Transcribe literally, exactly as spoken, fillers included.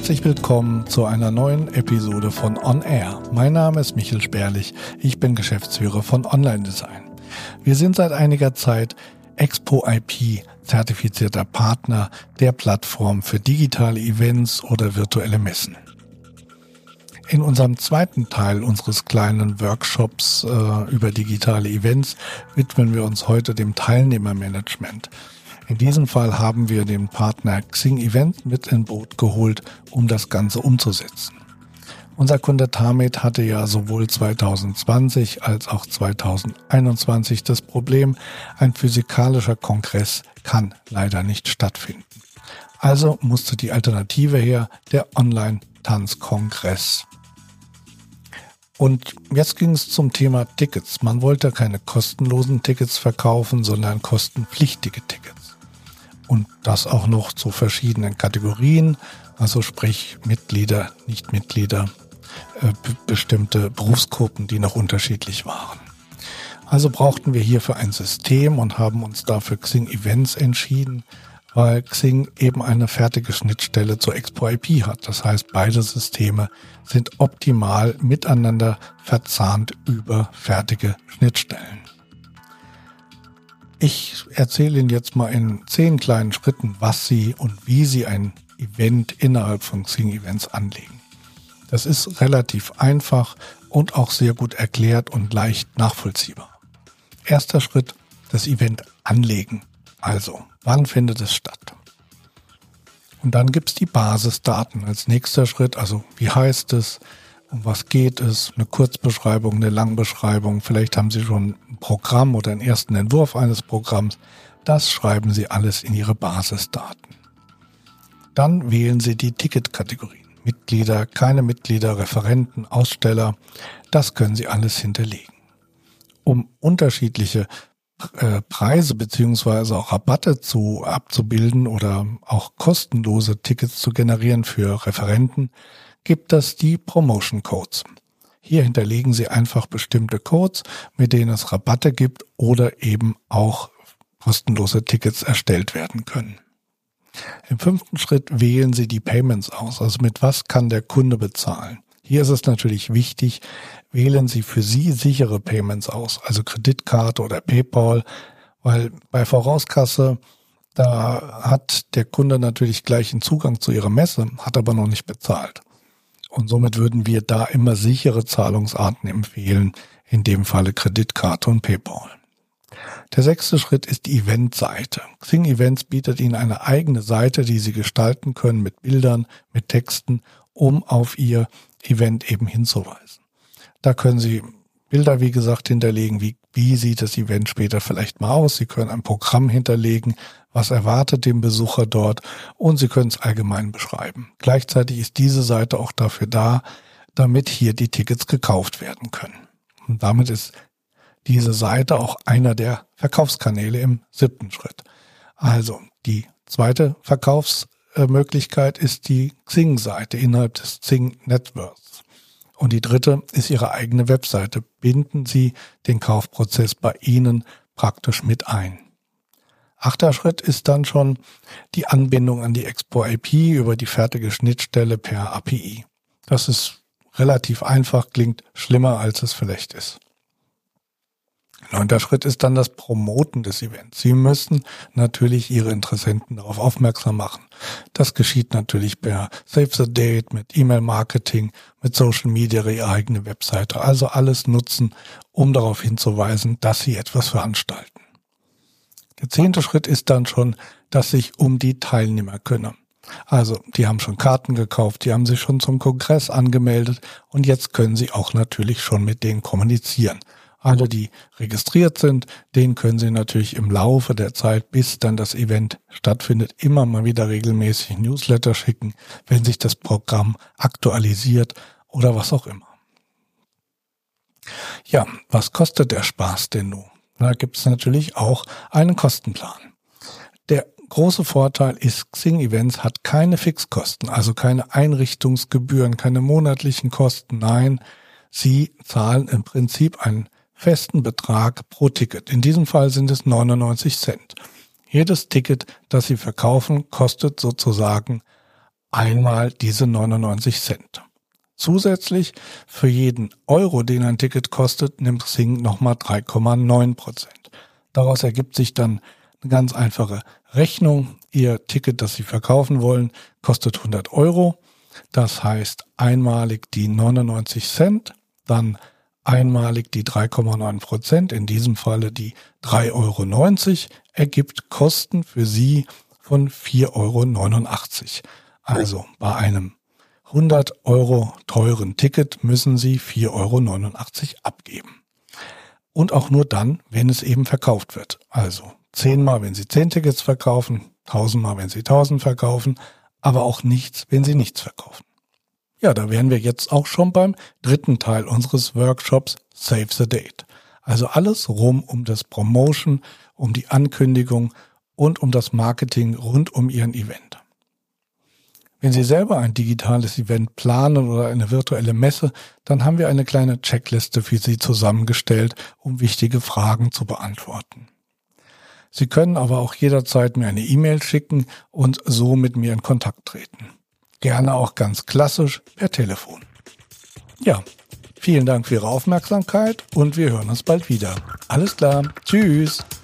Herzlich willkommen zu einer neuen Episode von On Air. Mein Name ist Michel Sperlich, ich bin Geschäftsführer von Online Design. Wir sind seit einiger Zeit Expo I P zertifizierter Partner der Plattform für digitale Events oder virtuelle Messen. In unserem zweiten Teil unseres kleinen Workshops äh, über digitale Events widmen wir uns heute dem Teilnehmermanagement. In diesem Fall haben wir den Partner Xing Events mit in Boot geholt, um das Ganze umzusetzen. Unser Kunde Tamed hatte ja sowohl zwanzig zwanzig als auch zwanzig einundzwanzig das Problem, ein physikalischer Kongress kann leider nicht stattfinden. Also musste die Alternative her, der Online-Tanzkongress. Und jetzt ging es zum Thema Tickets. Man wollte keine kostenlosen Tickets verkaufen, sondern kostenpflichtige Tickets. Und das auch noch zu verschiedenen Kategorien, also sprich Mitglieder, Nichtmitglieder, äh, b- bestimmte Berufsgruppen, die noch unterschiedlich waren. Also brauchten wir hierfür ein System und haben uns dafür Xing Events entschieden, weil Xing eben eine fertige Schnittstelle zur Expo I P hat. Das heißt, beide Systeme sind optimal miteinander verzahnt über fertige Schnittstellen. Ich erzähle Ihnen jetzt mal in zehn kleinen Schritten, was Sie und wie Sie ein Event innerhalb von Xing Events anlegen. Das ist relativ einfach und auch sehr gut erklärt und leicht nachvollziehbar. Erster Schritt, das Event anlegen. Also, wann findet es statt? Und dann gibt es die Basisdaten als nächster Schritt. Also, wie heißt es? Um was geht es? Eine Kurzbeschreibung, eine Langbeschreibung. Vielleicht haben Sie schon ein Programm oder einen ersten Entwurf eines Programms. Das schreiben Sie alles in Ihre Basisdaten. Dann wählen Sie die Ticketkategorien. Mitglieder, keine Mitglieder, Referenten, Aussteller. Das können Sie alles hinterlegen. Um unterschiedliche äh, Preise beziehungsweise auch Rabatte zu abzubilden oder auch kostenlose Tickets zu generieren für Referenten, gibt es die Promotion Codes. Hier hinterlegen Sie einfach bestimmte Codes, mit denen es Rabatte gibt oder eben auch kostenlose Tickets erstellt werden können. Im fünften Schritt wählen Sie die Payments aus, also mit was kann der Kunde bezahlen. Hier ist es natürlich wichtig, wählen Sie für Sie sichere Payments aus, also Kreditkarte oder PayPal, weil bei Vorauskasse, da hat der Kunde natürlich gleich einen Zugang zu Ihrer Messe, hat aber noch nicht bezahlt. Und somit würden wir da immer sichere Zahlungsarten empfehlen, in dem Falle Kreditkarte und PayPal. Der sechste Schritt ist die Eventseite. Xing Events bietet Ihnen eine eigene Seite, die Sie gestalten können mit Bildern, mit Texten, um auf Ihr Event eben hinzuweisen. Da können Sie Bilder, wie gesagt, hinterlegen, wie, wie sieht das Event später vielleicht mal aus. Sie können ein Programm hinterlegen, was erwartet den Besucher dort und Sie können es allgemein beschreiben. Gleichzeitig ist diese Seite auch dafür da, damit hier die Tickets gekauft werden können. Und damit ist diese Seite auch einer der Verkaufskanäle im siebten Schritt. Also die zweite Verkaufsmöglichkeit ist die Xing-Seite innerhalb des Xing-Networks. Und die dritte ist Ihre eigene Webseite. Binden Sie den Kaufprozess bei Ihnen praktisch mit ein. Achter Schritt ist dann schon die Anbindung an die Expo I P über die fertige Schnittstelle per A P I. Das ist relativ einfach, klingt schlimmer, als es vielleicht ist. Neunter Schritt ist dann das Promoten des Events. Sie müssen natürlich Ihre Interessenten darauf aufmerksam machen. Das geschieht natürlich per Save the Date, mit E-Mail-Marketing, mit Social Media, Ihre eigene Webseite. Also alles nutzen, um darauf hinzuweisen, dass Sie etwas veranstalten. Der zehnte Schritt ist dann schon, dass sich um die Teilnehmer kümmern. Also, die haben schon Karten gekauft, die haben sich schon zum Kongress angemeldet und jetzt können Sie auch natürlich schon mit denen kommunizieren. Alle, die registriert sind, denen können Sie natürlich im Laufe der Zeit, bis dann das Event stattfindet, immer mal wieder regelmäßig Newsletter schicken, wenn sich das Programm aktualisiert oder was auch immer. Ja, was kostet der Spaß denn nun? Da gibt es natürlich auch einen Kostenplan. Der große Vorteil ist, Xing Events hat keine Fixkosten, also keine Einrichtungsgebühren, keine monatlichen Kosten. Nein, Sie zahlen im Prinzip einen festen Betrag pro Ticket. In diesem Fall sind es neunundneunzig Cent. Jedes Ticket, das Sie verkaufen, kostet sozusagen einmal diese neunundneunzig Cent. Zusätzlich für jeden Euro, den ein Ticket kostet, nimmt Xing nochmal drei Komma neun Prozent. Daraus ergibt sich dann eine ganz einfache Rechnung. Ihr Ticket, das Sie verkaufen wollen, kostet hundert Euro. Das heißt einmalig die neunundneunzig Cent, dann einmalig die drei Komma neun Prozent, in diesem Falle die drei Euro neunzig, ergibt Kosten für Sie von vier Euro neunundachtzig. Also bei einem hundert Euro teuren Ticket müssen Sie vier Euro neunundachtzig abgeben. Und auch nur dann, wenn es eben verkauft wird. Also zehnmal, wenn Sie zehn Tickets verkaufen, tausendmal, wenn Sie tausend verkaufen, aber auch nichts, wenn Sie nichts verkaufen. Ja, da wären wir jetzt auch schon beim dritten Teil unseres Workshops Save the Date. Also alles rum um das Promotion, um die Ankündigung und um das Marketing rund um Ihren Event. Wenn Sie selber ein digitales Event planen oder eine virtuelle Messe, dann haben wir eine kleine Checkliste für Sie zusammengestellt, um wichtige Fragen zu beantworten. Sie können aber auch jederzeit mir eine E-Mail schicken und so mit mir in Kontakt treten. Gerne auch ganz klassisch per Telefon. Ja, vielen Dank für Ihre Aufmerksamkeit und wir hören uns bald wieder. Alles klar, tschüss!